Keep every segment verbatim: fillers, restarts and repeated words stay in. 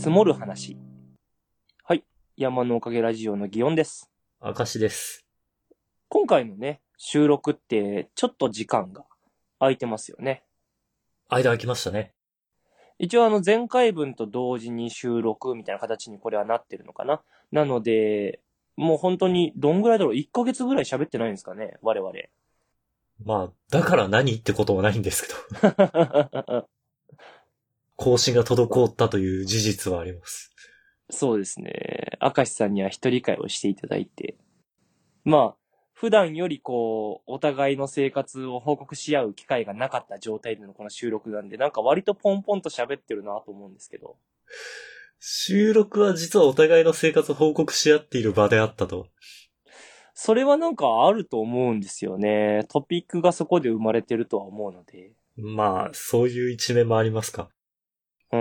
積もる話。はい。山のおかげラジオの祇園です。 明石です。 今回のね、収録ってちょっと時間が空いてますよね。 間空きましたね。 一応あの前回分と同時に収録みたいな形にこれはなってるのかな。なので、もう本当にどんぐらいだろう ?いっ ヶ月ぐらい喋ってないんですかね我々。 まあ、だから何ってことはないんですけど。更新が滞ったという事実はあります。 そうですね。明石さんには一人会をしていただいて。まあ、普段よりこう、お互いの生活を報告し合う機会がなかった状態でのこの収録なんで、なんか割とポンポンと喋ってるなと思うんですけど。 収録は実はお互いの生活を報告し合っている場であったと。 それはなんかあると思うんですよね。トピックがそこで生まれてるとは思うので。 まあ、そういう一面もありますか。 うん。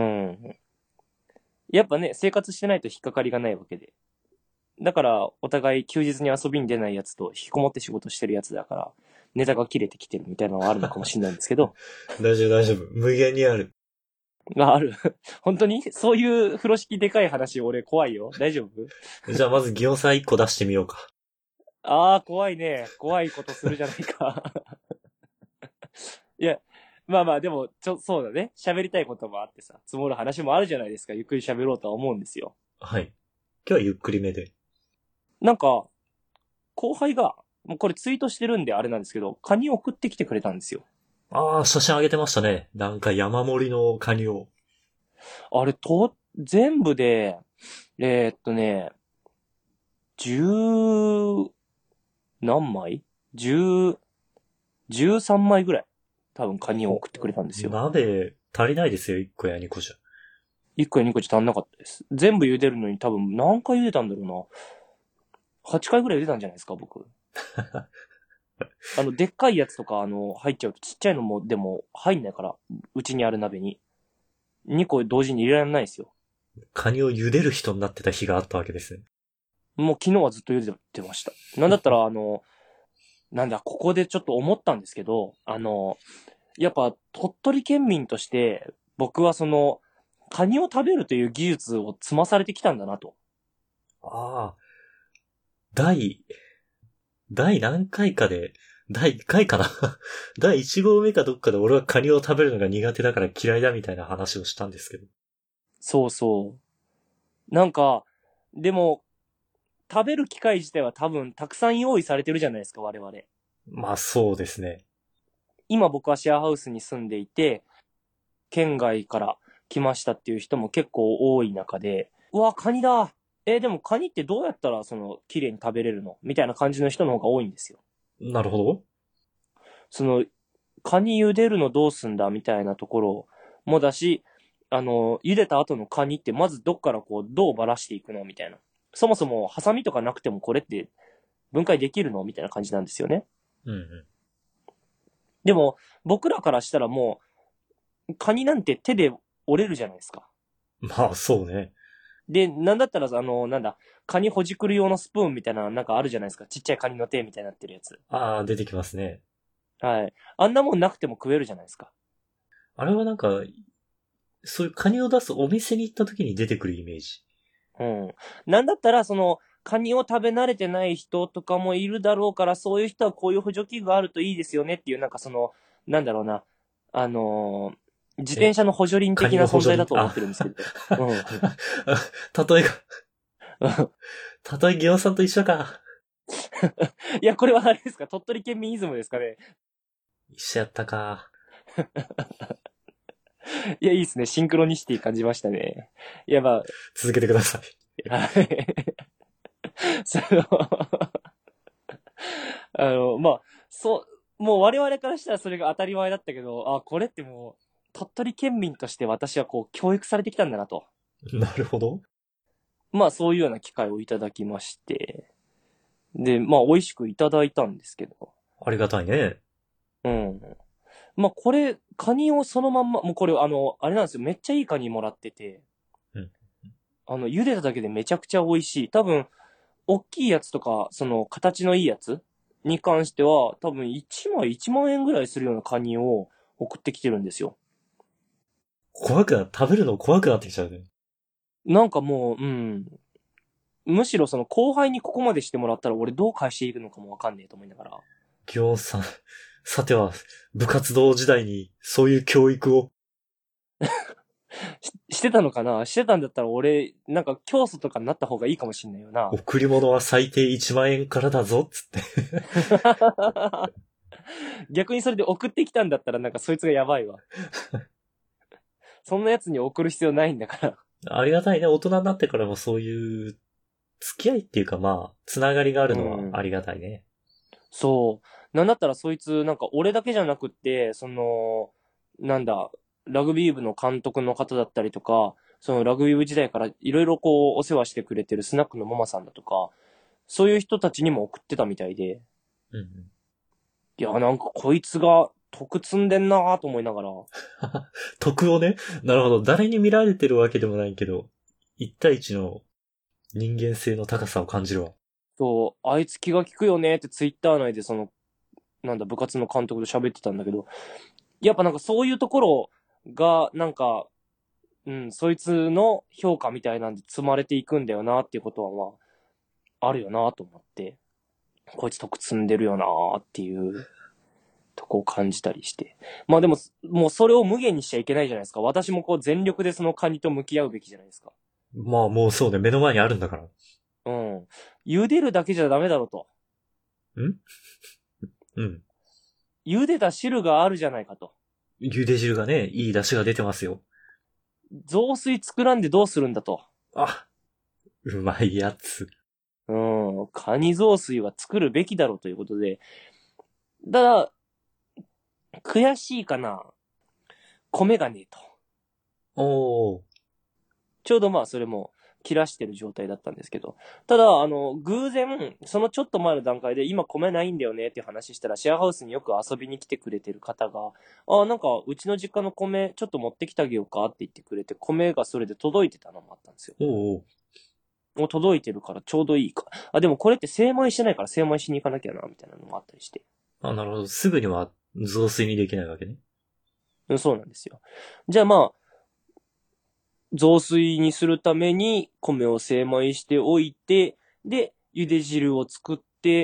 やっぱね、生活してないと引っかかりがないわけで。だから、お互い休日に遊びに出ないやつと引きこもって仕事してるやつだから、ネタが切れてきてるみたいなのはあるのかもしれないんですけど。 大丈夫大丈夫。無限にある。 あ、ある。本当にそういう風呂敷でかい話俺怖いよ。大丈夫？ じゃあまずギオンさんいっこ出してみようか。 ああ、怖いね。怖いことするじゃないか。いや、まあまあ、でも、ちょ、そうだね。喋りたいこともあってさ、積もる話もあるじゃないですか。ゆっくり喋ろうとは思うんですよ。 はい。今日はゆっくりめで。 なんか、後輩が、もうこれツイートしてるんであれなんですけど、カニ送ってきてくれたんですよ。 ああ、写真あげてましたね。なんか山盛りのカニを。 あれ、と、全部で、えーっとね、十、何枚？十、十三枚ぐらい。多分カニを送ってくれたんですよ。 鍋足りないですよ、いっこやにこじゃ。 いっこやにこじゃ足んなかったです。全部茹でるのに多分何回茹でたんだろうな。はちかいぐらい茹でたんじゃないですか、僕。あの、でっかいやつとか、あの、入っちゃうとちっちゃいのも、でも入んないから、うちにある鍋に。にこ同時に入れられないですよ。 カニを茹でる人になってた日があったわけですね。 もう昨日はずっと茹でてました。なんだったら、あの、なんだ、ここでちょっと思ったんですけど、あの、やっぱ鳥取県民として、僕はその、カニを食べるという技術を積まされてきたんだなと。 ああ、第、第何回かで、第いっかいかな第いち号目かどっかで俺はカニを食べるのが苦手だから嫌いだみたいな話をしたんですけど。 そうそう。なんか、でも、食べる機会自体は多分たくさん用意されてるじゃないですか、我々。 まあそうですね。 今僕はシェアハウスに住んでいて、県外から来ましたっていう人も結構多い中で、うわ、カニだ。えーでもカニってどうやったらその綺麗に食べれるのみたいな感じの人の方が多いんですよ。 なるほど。 その、カニ茹でるのどうすんだみたいなところもだし、あの、茹でた後のカニってまずどっからこう、どうばらしていくのみたいな。そもそもハサミとかなくてもこれって分解できるのみたいな感じなんですよね。 うんうでも、僕らからしたらもう、カニなんて手で折れるじゃないですか。 ん。まあそうね。 で、なんだったら、あの、なんだ、カニほじくる用のスプーンみたいな、なんかあるじゃないですか。ちっちゃいカニの手みたいになってるやつ。 ああ、出てきますね。 はい。あんなもんなくても食えるじゃないですか。 あれはなんか、そういうカニを出すお店に行った時に出てくるイメージ。 うん。なんだったら、その、カニを食べ慣れてない人とかもいるだろうから、そういう人はこういう補助器具があるといいですよねっていう、なんかその、なんだろうな、あのー自転車の補助輪カ的なニの補助輪。 存在だと思ってるんですけど。うん。 例えが、例えギオンさんと一緒か。 いや、これはあれですか鳥取県民イズムですかね。 一緒やったか。 いや、いいですね。シンクロニシティ感じましたね。いや、ま続けてください。 あ、はい。その、あの、まあ、そう、もう我々からしたらそれが当たり前だったけど、あ、これってもう、鳥取県民として私はこう、教育されてきたんだなと。 なるほど。 まあ、そういうような機会をいただきまして、で、まあ、美味しくいただいたんですけど、 ありがたいね。 うん。まあ、これ、カニをそのまんま、もうこれ、あの、あれなんですよ。めっちゃいいカニもらってて、 うん。 あの、茹でただけでめちゃくちゃ美味しい。多分、大きいやつとか、その、形のいいやつに関しては、多分いちまいいちまん円ぐらいするようなカニを送ってきてるんですよ。 怖くな、食べるの怖くなってきちゃうね。 なんかもう、うん。むしろその後輩にここまでしてもらったら俺どう返しているのかもわかんねえと思いながら。 ぎょうさん、さては、部活動時代にそういう教育を。 し、してたのかなしてたんだったら俺、なんか教祖とかになった方がいいかもしんないよな。 贈り物は最低いちまん円からだぞ、つって。 逆にそれで送ってきたんだったらなんかそいつがやばいわ。そんな奴に送る必要ないんだから。 ありがたいね。大人になってからもそういう付き合いっていうかまあ、つながりがあるのはありがたいね。 そう。なんだったらそいつ、なんか俺だけじゃなくって、その、なんだ、ラグビー部の監督の方だったりとか、そのラグビー部時代からいろいろこうお世話してくれてるスナックのママさんだとか、そういう人たちにも送ってたみたいで、 うんうん、 いや、なんかこいつが得積んでんなぁと思いながら。 得をね、なるほど。誰に見られてるわけでもないけど、一対一の人間性の高さを感じるわ。 そう、あいつ気が利くよねってツイッター内でその、なんだ、部活の監督と喋ってたんだけど、やっぱなんかそういうところが、なんか、うん、そいつの評価みたいなんで積まれていくんだよなっていうことは、まあ、あるよなと思って、こいつ得積んでるよなっていうとこを感じたりして。まあでも、もうそれを無限にしちゃいけないじゃないですか。私もこう全力でそのカニと向き合うべきじゃないですか。 まあもうそうね、目の前にあるんだから。 うん。茹でるだけじゃダメだろと。 んうん。 茹でた汁があるじゃないかと。 茹で汁がね、いい出汁が出てますよ。 雑炊作らんでどうするんだと。 あ、うまいやつ。 うん。カニ雑炊は作るべきだろうということで。ただ、悔しいかな。米がねえと。 おー。 ちょうどまあそれも切らしてる状態だったんですけど。ただ、あの、偶然、そのちょっと前の段階で今米ないんだよねっていう話したら、シェアハウスによく遊びに来てくれてる方が、あ、なんかうちの実家の米ちょっと持ってきてあげようかって言ってくれて、米がそれで届いてたのもあったんですよ。 おーおー。 もう届いてるからちょうどいいか。あ、でもこれって精米してないから精米しに行かなきゃな、みたいなのもあったりして。 あ、なるほど。すぐには雑炊にできないわけね。 うん、そうなんですよ。じゃあまあ、雑炊にするために米を精米しておいて、で、茹で汁を作って、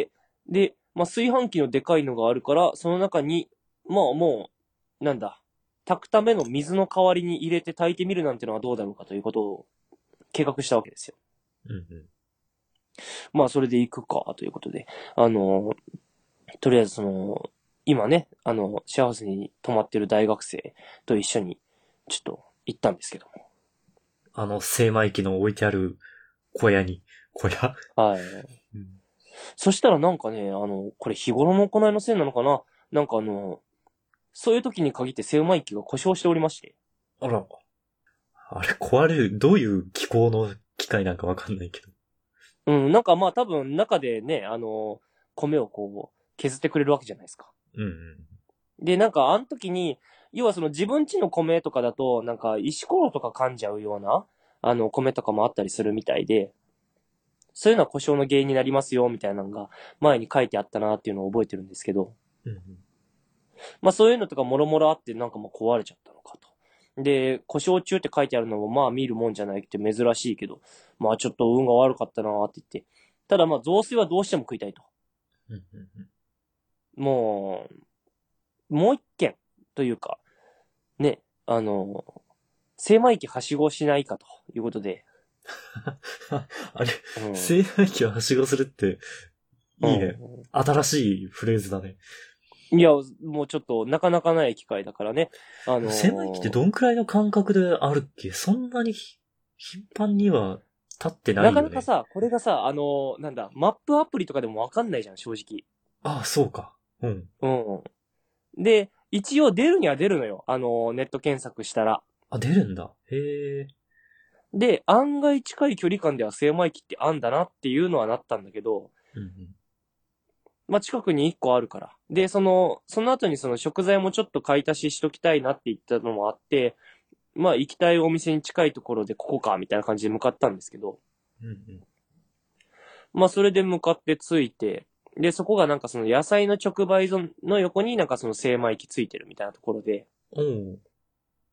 で、まあ、炊飯器のでかいのがあるから、その中に、まあもう、なんだ、炊くための水の代わりに入れて炊いてみるなんてのはどうだろうかということを計画したわけですよ。 うんうん。 まあ、それで行くか、ということで。あの、とりあえずその、今ね、あの、シェアハウスに泊まってる大学生と一緒に、ちょっと行ったんですけども。 あの、精米機の置いてある小屋に。小屋、 はい。 うん、 そしたらなんかね、あの、これ日頃の行いのせいなのかななんかあの、そういう時に限って精米機が故障しておりまして。 あら。あれ、壊れる、どういう気候の機械なんかわかんないけど。 うん、なんかまあ多分中でね、あの、米をこう、削ってくれるわけじゃないですか。 うんうん。 で、なんかあの時に、要はその自分家の米とかだと、なんか石ころとか噛んじゃうような、あの、米とかもあったりするみたいで、そういうのは故障の原因になりますよ、みたいなのが前に書いてあったなっていうのを覚えてるんですけど、 うんうん、 まあそういうのとかもろもろあってなんかもう壊れちゃったのかと。で、故障中って書いてあるのもまあ見るもんじゃないって珍しいけど、まあちょっと運が悪かったなーって言って。ただまあ雑炊はどうしても食いたいと。 うんうんうん、 もう、もう一軒というか、ね、あの、精米機はしごしないかということで。 あれ、 うん、 精米機をはしごするって、いいね、うん。新しいフレーズだね。 いや、もうちょっとなかなかない機会だからね。あのー、 精米機ってどんくらいの感覚であるっけ？そんなに頻繁には立ってないよね。 なかなかさ、これがさ、あのー、なんだ、マップアプリとかでもわかんないじゃん、正直。 ああ、そうか。うん。 うん。で、一応出るには出るのよ。あのー、ネット検索したら。 あ、出るんだ。へえ。 で、案外近い距離感では精米機ってあんだなっていうのはなったんだけど、 うんうん、 まあ、近くに一個あるから。で、その、その後にその食材もちょっと買い足ししときたいなって言ったのもあって、まあ、行きたいお店に近いところでここか、みたいな感じで向かったんですけど、 うんうん、 まあ、それで向かって着いて、で、そこがなんかその野菜の直売所の横になんかその精米機ついてるみたいなところで、 おう、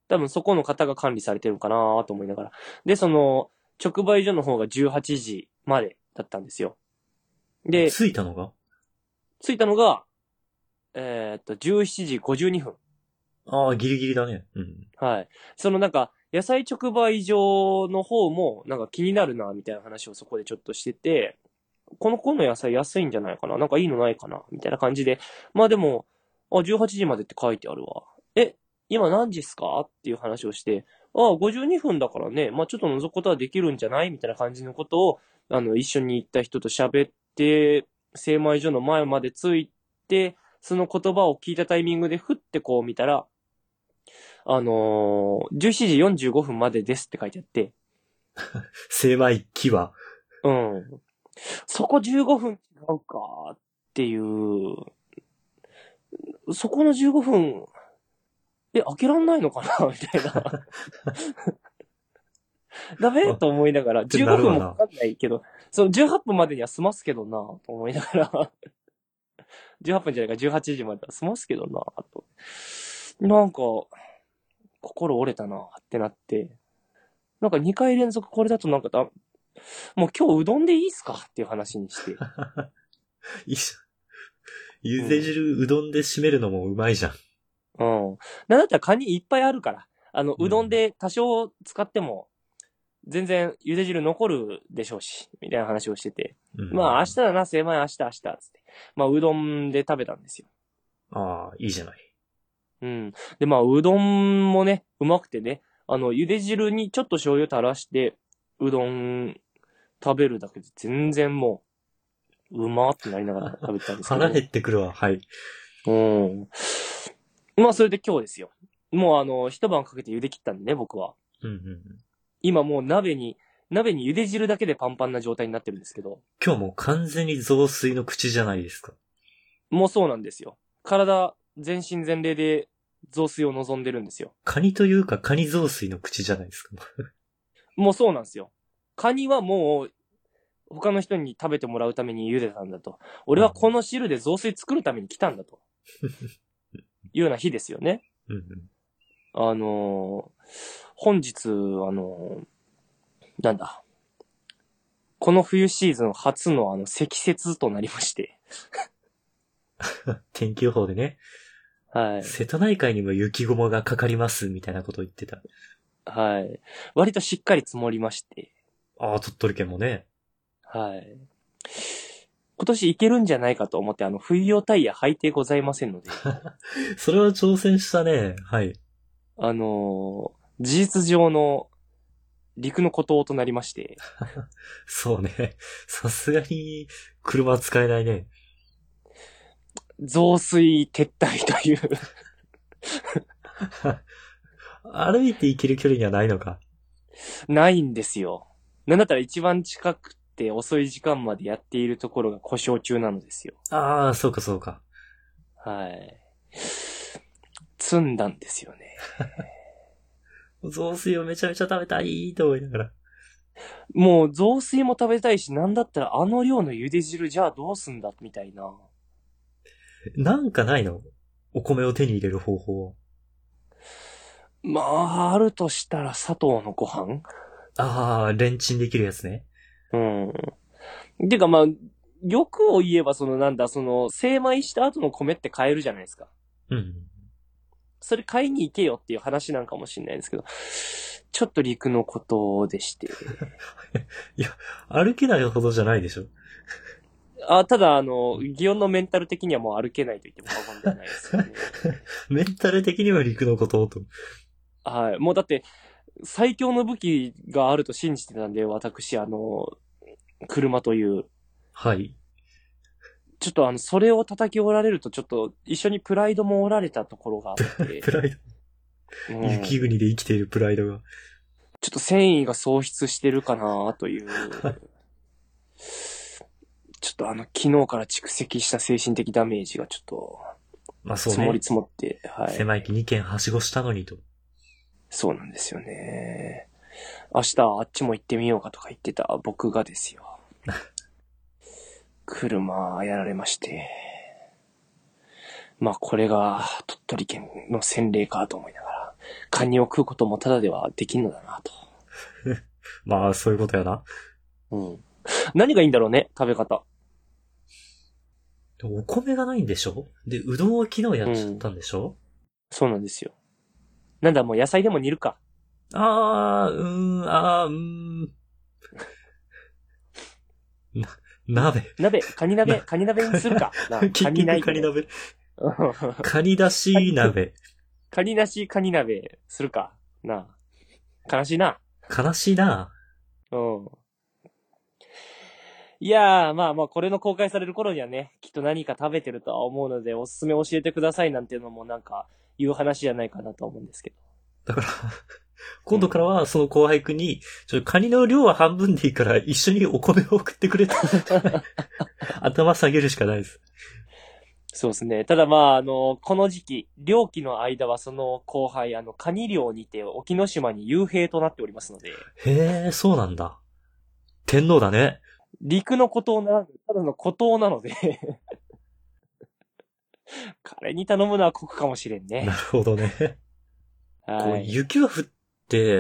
多分そこの方が管理されてるのかなと思いながら。で、その、直売所の方がじゅうはちじまでだったんですよ。で、 着いたのが着いたのが、えー、っと、じゅうしちじごじゅうにふん。 ああ、ギリギリだね。うん。 はい。そのなんか、野菜直売所の方も、なんか気になるな、みたいな話をそこでちょっとしてて、この子の野菜安いんじゃないかな、なんかいいのないかなみたいな感じで。まあでも、あ、じゅうはちじまでって書いてあるわ。え、今何時っすかっていう話をして、ああ、ごじゅうにふんだからね、まあちょっと覗くことはできるんじゃないみたいな感じのことを、あの、一緒に行った人と喋って、精米所の前まで着いて、その言葉を聞いたタイミングでふってこう見たら、あのー、じゅうしちじよんじゅうごふんまでですって書いてあって、 精米機は。 うん。そこじゅうごふん違うかっていう、そこのじゅうごふん、え、開けらんないのかなみたいな。ダメと思いながら、じゅうごふんもかかんないけど、そのじゅうはっぷんまでには済ますけどなと思いながら、じゅうはっぷんじゃないかじゅうはちじまでは済ますけどなと。なんか、心折れたなってなって、なんかにかい連続これだとなんかだ、もう今日うどんでいいっすかっていう話にして。 いいじゃん。ゆで汁うどんで締めるのもうまいじゃん。 うん。なんだったらカニいっぱいあるから、あの、うどんで多少使っても、全然茹で汁残るでしょうし、みたいな話をしてて。 うん、 まあ明日だな、精米明日明日、つって。まあうどんで食べたんですよ。 ああ、いいじゃない。 うん。で、まあうどんもね、うまくてね、あの、茹で汁にちょっと醤油垂らして、うどん食べるだけで全然もう、うまーってなりながら食べてたんですけど。 腹減ってくるわ、はい。 うん。まあそれで今日ですよ。もうあの、一晩かけて茹で切ったんでね、僕は。 うんうんうん。 今もう鍋に、鍋に茹で汁だけでパンパンな状態になってるんですけど。 今日もう完全に雑炊の口じゃないですか。 もうそうなんですよ。体、全身全霊で雑炊を望んでるんですよ。 カニというかカニ雑炊の口じゃないですか。 もうそうなんですよ。カニはもう、他の人に食べてもらうために茹でたんだと。俺はこの汁で雑炊作るために来たんだと。いうような日ですよね。 うんうん、 あのー、本日、あのー、なんだ。この冬シーズン初のあの積雪となりまして。 天気予報でね。 はい。 瀬戸内海にも雪雲がかかりますみたいなことを言ってた。 はい。割としっかり積もりまして。 ああ、鳥取県もね。 はい。今年いけるんじゃないかと思って、あの、冬用タイヤ履いてございませんので。 それは挑戦したね。はい。 あのー、事実上の陸の孤島となりまして。 そうね。さすがに車使えないね。 増水撤退という歩いて行ける距離にはないのか。 ないんですよ。なんだったら一番近くて遅い時間までやっているところが故障中なのですよ。 ああ、そうかそうか。 はい。積んだんですよね。 雑炊をめちゃめちゃ食べたいと思いながら。 もう雑炊も食べたいし、なんだったらあの量の茹で汁じゃあどうすんだみたいな。 なんかないの？お米を手に入れる方法。 まあ、あるとしたら砂糖のご飯？ ああ、レンチンできるやつね。 うん。てかまあ、欲を言えばそのなんだ、その、精米した後の米って買えるじゃないですか。 うん。 それ買いに行けよっていう話なんかもしれないですけど、ちょっと陸のことでして。 いや、歩けないほどじゃないでしょ。 あ、ただあの、祇園のメンタル的にはもう歩けないと言っても過言ではないですよね。 メンタル的には陸のことと。 はい。もうだって、最強の武器があると信じてたんで、私、あの、車という。 はい。 ちょっとあの、それを叩き折られると、ちょっと一緒にプライドも折られたところがあって。 プライド、うん。雪国で生きているプライドが。 ちょっと繊維が喪失してるかなという。ちょっとあの、昨日から蓄積した精神的ダメージがちょっと、 まあそうね。 積もり積もって、はい。 狭い木にけんはしごしたのにと。 そうなんですよね。明日あっちも行ってみようかとか言ってた僕がですよ。車やられまして。まあこれが鳥取県の洗礼かと思いながら。 カニを食うこともただではできんのだなと。 まあ、そういうことやな。 うん。何がいいんだろうね、食べ方。 でもお米がないんでしょ？で、うどんは昨日やっちゃったんでしょ？ そうなんですよ。なんだ、もう野菜でも煮るか。 あー、うーん、あー、うーん。な、鍋。 鍋、カニ鍋、カニ鍋にするか。な結カニない局カニ鍋。 うんカニだし鍋。 カニなしカニ鍋するか。なあ。悲しいな。 悲しいな。 うん。いやー、まあまあ、これの公開される頃にはね、きっと何か食べてるとは思うので、おすすめ教えてくださいなんていうのもなんか、言う話じゃないかなと思うんですけど。 だから、今度からはその後輩くんに、ちょ、カニの量は半分でいいから一緒にお米を送ってくれと。頭下げるしかないです。 そうですね。ただまあ、あの、この時期、漁期の間はその後輩、あの、カニ漁にて沖ノ島に幽閉となっておりますので。 へえ、そうなんだ。天皇だね。 陸の孤島ならぬ、ただの孤島なので彼に頼むのは酷かもしれんね。 なるほどね。 はい。 こう雪が降って、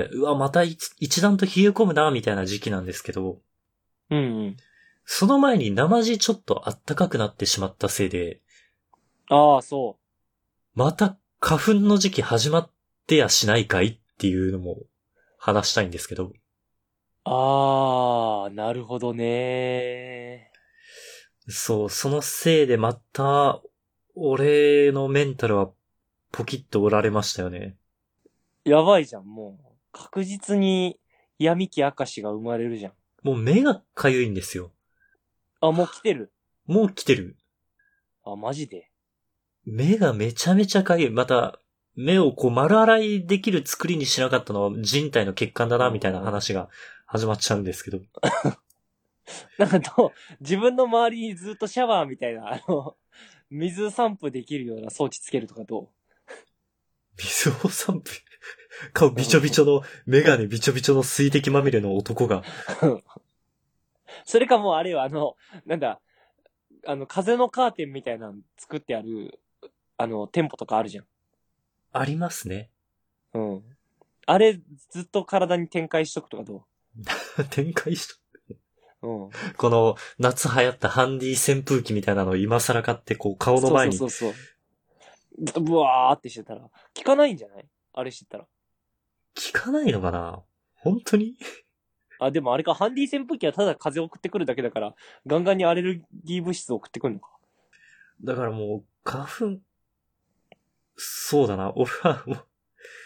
うわ、また一一段と冷え込むな、みたいな時期なんですけど、 うんうん。 その前に生地ちょっと暖かくなってしまったせいで、 ああ、そまた花粉の時期始まってやしないかいっていうのも話したいんですけど。 う。ああ、なるほどね。 そう、そのせいでまた、俺のメンタルはポキッと折られましたよね。 やばいじゃん、もう。確実に闇期明石が生まれるじゃん。 もう目がかゆいんですよ。 あ、もう来てる。 もう来てる。 あ、マジで。 目がめちゃめちゃかゆい。また、目をこう丸洗いできる作りにしなかったのは人体の欠陥だな、みたいな話が始まっちゃうんですけど。 なんかどう、自分の周りにずっとシャワーみたいな、あの、水散布できるような装置つけるとかど水を散布。顔びちょびちょの、メガネびちょびちょの水滴まみれの男が。 うそれかもうあれよ、あの、なんだ、あの、風のカーテンみたいなの作ってある、あの、店舗とかあるじゃん。 ありますね。 うん。あれ、ずっと体に展開しとくとかど展開しううん。 この夏流行ったハンディ扇風機みたいなのを今更買ってこう顔の前に。 そうそうそうそう。ブワーってしてたら、効かないんじゃないあれしてたら。 効かないのかな本当にあ、でもあれか、ハンディ扇風機はただ風を送ってくるだけだから、ガンガンにアレルギー物質を送ってくるのか。 だからもう、花粉、そうだな。俺はもう、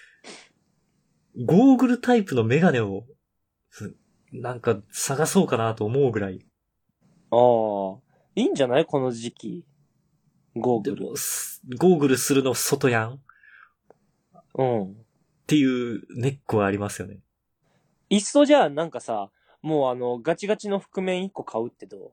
ゴーグルタイプのメガネを、すなんか探そうかなと思うぐらい。 ああ、いいんじゃないこの時期。ゴーグル。 でも、すゴーグルするの外やんっうん。 ていうネックはありますよね。 いっそじゃあなんかさ、もうあの、ガチガチの覆面いっこ買うってど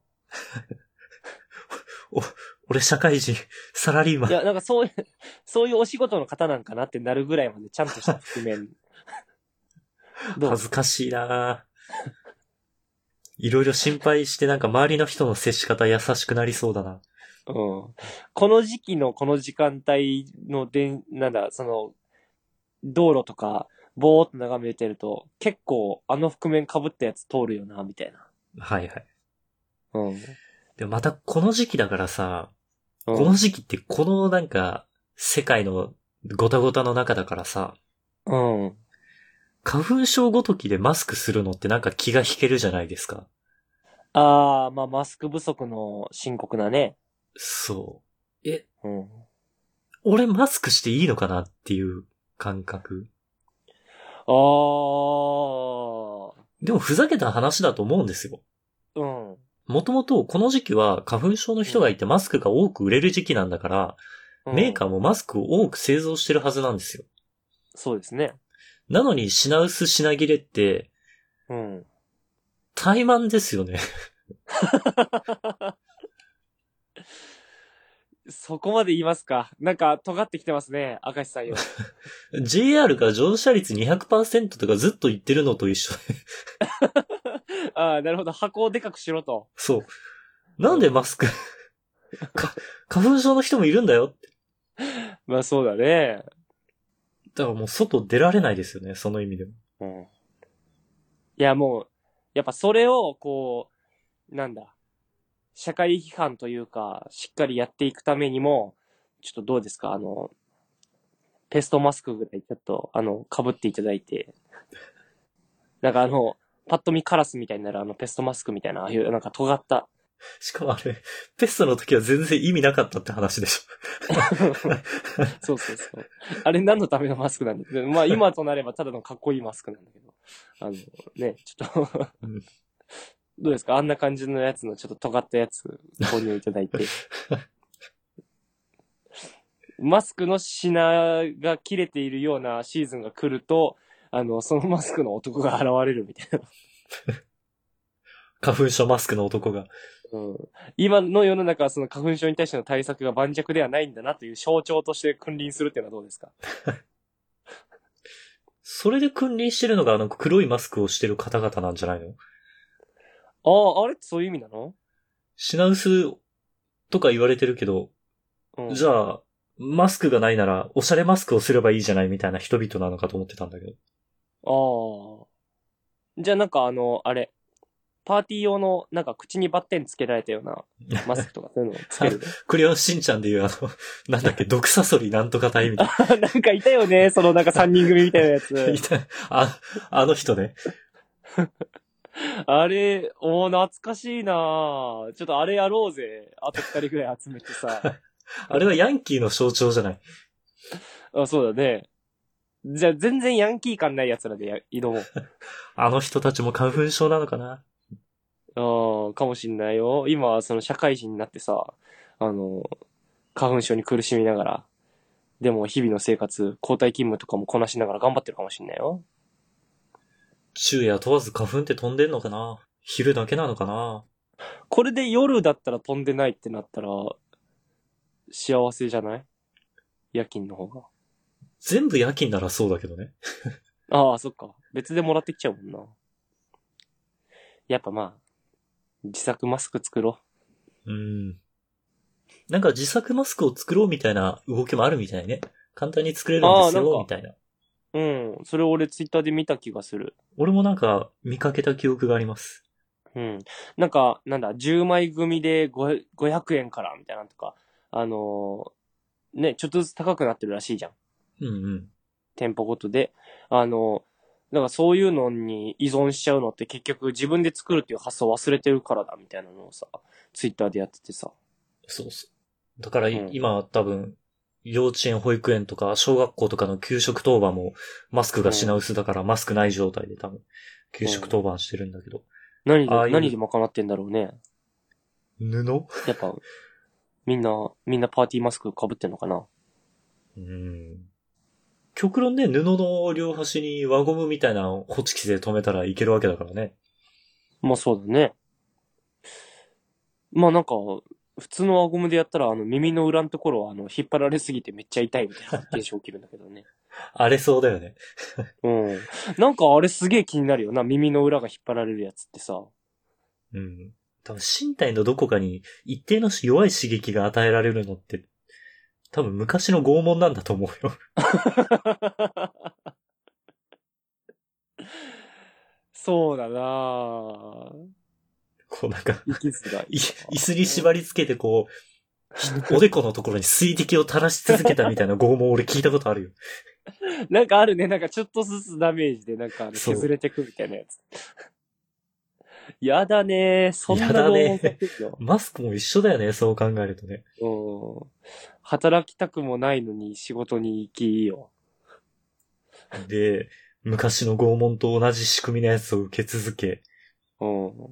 お、俺社会人、サラリーマン。 ういや、なんかそういう、そういうお仕事の方なんかなってなるぐらいまでちゃんとした覆面。どう恥ずかしいなぁいろいろ心配してなんか周りの人の接し方優しくなりそうだな。 うん。この時期のこの時間帯ので、なんだ、その、道路とか、ぼーっと眺めてると、結構あの覆面被ったやつ通るよな、みたいな。 はいはい。 うん。 でもまたこの時期だからさ、 うん、 この時期ってこのなんか世界のごたごたの中だからさ、 うん。 花粉症ごときでマスクするのってなんか気が引けるじゃないですか。 あー、まあマスク不足の深刻なね。 そう。え、 うん。 俺マスクしていいのかなっていう感覚。 あー。 でもふざけた話だと思うんですよ。 うん。 もともとこの時期は花粉症の人がいてマスクが多く売れる時期なんだから、 うん、 メーカーもマスクを多く製造してるはずなんですよ。 そうですね。 なのに品薄品切れって、 うん。 怠慢ですよね。 そこまで言いますか。なんか、尖ってきてますね、明石さんよ。 ジェイアール が乗車率 にひゃくパーセント とかずっと言ってるのと一緒で。 ああ、なるほど。箱をでかくしろと。 そう。なんでマスクか花粉症の人もいるんだよって。 まあそうだね。 だからもう外出られないですよね、その意味でも。 うん。いやもう、やっぱそれを、こう、なんだ、社会批判というか、しっかりやっていくためにも、ちょっとどうですか、あの、ペストマスクぐらいちょっと、あの、被っていただいて、なんかあの、パッと見カラスみたいになるあのペストマスクみたいな、ああいうなんか尖った。 しかもあれ、ペストの時は全然意味なかったって話でしょ。 そうそうそう。あれ何のためのマスクなんだけど、まあ今となればただのかっこいいマスクなんだけど、あの、ね、ちょっとうん、 どうですか、あんな感じのやつのちょっと尖ったやつ購入いただいて。マスクの品が切れているようなシーズンが来ると、あの、そのマスクの男が現れるみたいな。 花粉症マスクの男が。 うん、今の世の中はその花粉症に対しての対策が盤石ではないんだなという象徴として君臨するっていうのはどうですか？ それで君臨してるのがあの黒いマスクをしてる方々なんじゃないの？ ああ、あれってそういう意味なの？ 品薄とか言われてるけど、 うん、 じゃあ、マスクがないなら、おしゃれマスクをすればいいじゃないみたいな人々なのかと思ってたんだけど。 ああ。じゃあなんかあの、あれ、パーティー用のなんか口にバッテンつけられたようなマスクとかそういうのをつける。 クレヨンしんちゃんでいうあの、なんだっけ、毒サソリなんとか体みたいな。 なんかいたよね、そのなんかさんにん組みたいなやつ。 いた、あ、あの人ね。 あれ、おー、懐かしいなぁ。ちょっとあれやろうぜ。あと二人ぐらい集めてさ。 あれはヤンキーの象徴じゃない。 あ、そうだね。じゃあ全然ヤンキー感ない奴らでや挑もう。 あの人たちも花粉症なのかな。 ああ、かもしんないよ。今はその社会人になってさ、あの、花粉症に苦しみながら、でも日々の生活、交代勤務とかもこなしながら頑張ってるかもしんないよ。 昼夜問わず花粉って飛んでんのかな。昼だけなのかな。 これで夜だったら飛んでないってなったら、幸せじゃない？夜勤の方が。 全部夜勤ならそうだけどね。 ああ、そっか。別でもらってきちゃうもんな。やっぱまあ、自作マスク作ろうーん。なんか自作マスクを作ろうみたいな動きもあるみたいね。簡単に作れるんですよ、 ああなんかみたいな。 う。うん。それ俺ツイッターで見た気がする。 俺もなんか見かけた記憶があります。 うん。なんか、なんだ、じゅうまい組でごひゃくえんからみたいなのとか、あのーね、ちょっとずつ高くなってるらしいじゃん。 うんうん。 店舗ごとで。あのー、なんかそういうのに依存しちゃうのって結局自分で作るっていう発想忘れてるからだみたいなのをさ、ツイッターでやっててさ。 そうそう。だからい、 うん今多分、幼稚園、保育園とか小学校とかの給食当番もマスクが品薄だからマスクない状態で多分、給食当番してるんだけど。 何で、 ああいう何で賄ってんだろうね。 布やっぱ、みんな、みんなパーティーマスク被ってんのかな。 うん。極論ね、布の両端に輪ゴムみたいなのをホチキスで留めたらいけるわけだからね。 まあそうだね。まあなんか、普通の輪ゴムでやったら、あの耳の裏のところは、あの、引っ張られすぎてめっちゃ痛いみたいな現象起きるんだけどね。 荒れそうだよね。 うん。なんかあれすげえ気になるよな、耳の裏が引っ張られるやつってさ。 うん。多分身体のどこかに一定の弱い刺激が与えられるのって、多分昔の拷問なんだと思うよ。 そうだなぁ。 こうなんか、 生きづらい。 い椅子に縛り付けてこう、おでこのところに水滴を垂らし続けたみたいな拷問俺聞いたことあるよ。 なんかあるね、なんかちょっとずつダメージでなんかあのそう削れてくみたいなやつ。やだねー。そんなやだね拷問かけるよ。 マスクも一緒だよね、そう考えるとね。 うん。働きたくもないのに仕事に行きよ。 で、昔の拷問と同じ仕組みのやつを受け続け、 うん。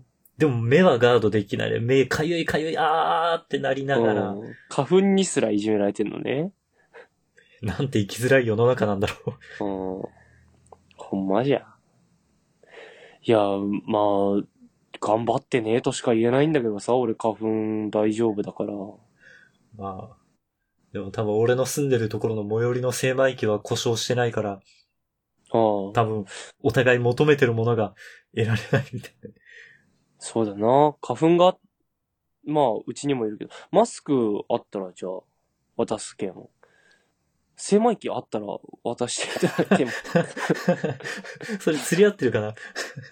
でも目はガードできないで、目かゆいかゆい、あーってなりながら、 うん、花粉にすらいじめられてんのね。 なんて生きづらい世の中なんだろう。 うん。ほんまじゃ。いや、まあ、頑張ってねとしか言えないんだけどさ、俺花粉大丈夫だから。 まあ、でも多分俺の住んでるところの最寄りの精米機は故障してないから、 ああ。 多分お互い求めてるものが得られないみたいな。 そうだな。花粉が、まあ、うちにもいるけど、マスクあったらじゃあ、渡すけん。 狭い木あったら渡していただいても。 それ釣り合ってるかな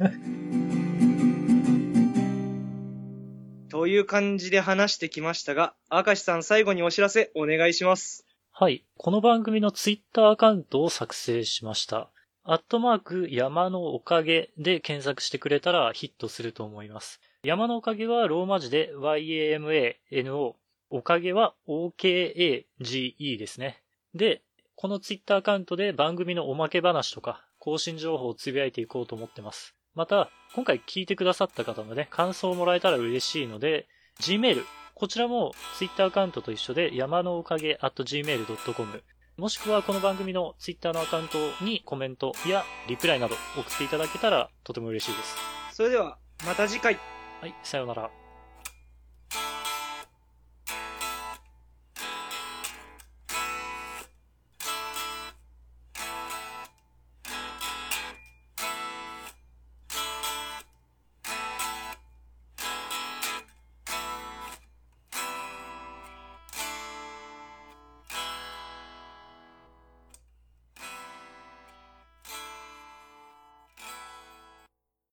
という感じで話してきましたが、明石さん最後にお知らせお願いします。 はい。この番組のツイッターアカウントを作成しました。アットマーク山のおかげで検索してくれたらヒットすると思います。山のおかげはローマ字で ワイエーエムエーエヌオー、おかげは オーケーエージーイー ですね。で、このツイッターアカウントで番組のおまけ話とか更新情報をつぶやいていこうと思ってます。また、今回聞いてくださった方のね、感想をもらえたら嬉しいので、Gmail、こちらもツイッターアカウントと一緒で山のおかげ アットジーメールドットコム、もしくはこの番組のツイッターのアカウントにコメントやリプライなど送っていただけたらとても嬉しいです。 それではまた次回。 はい、さようなら。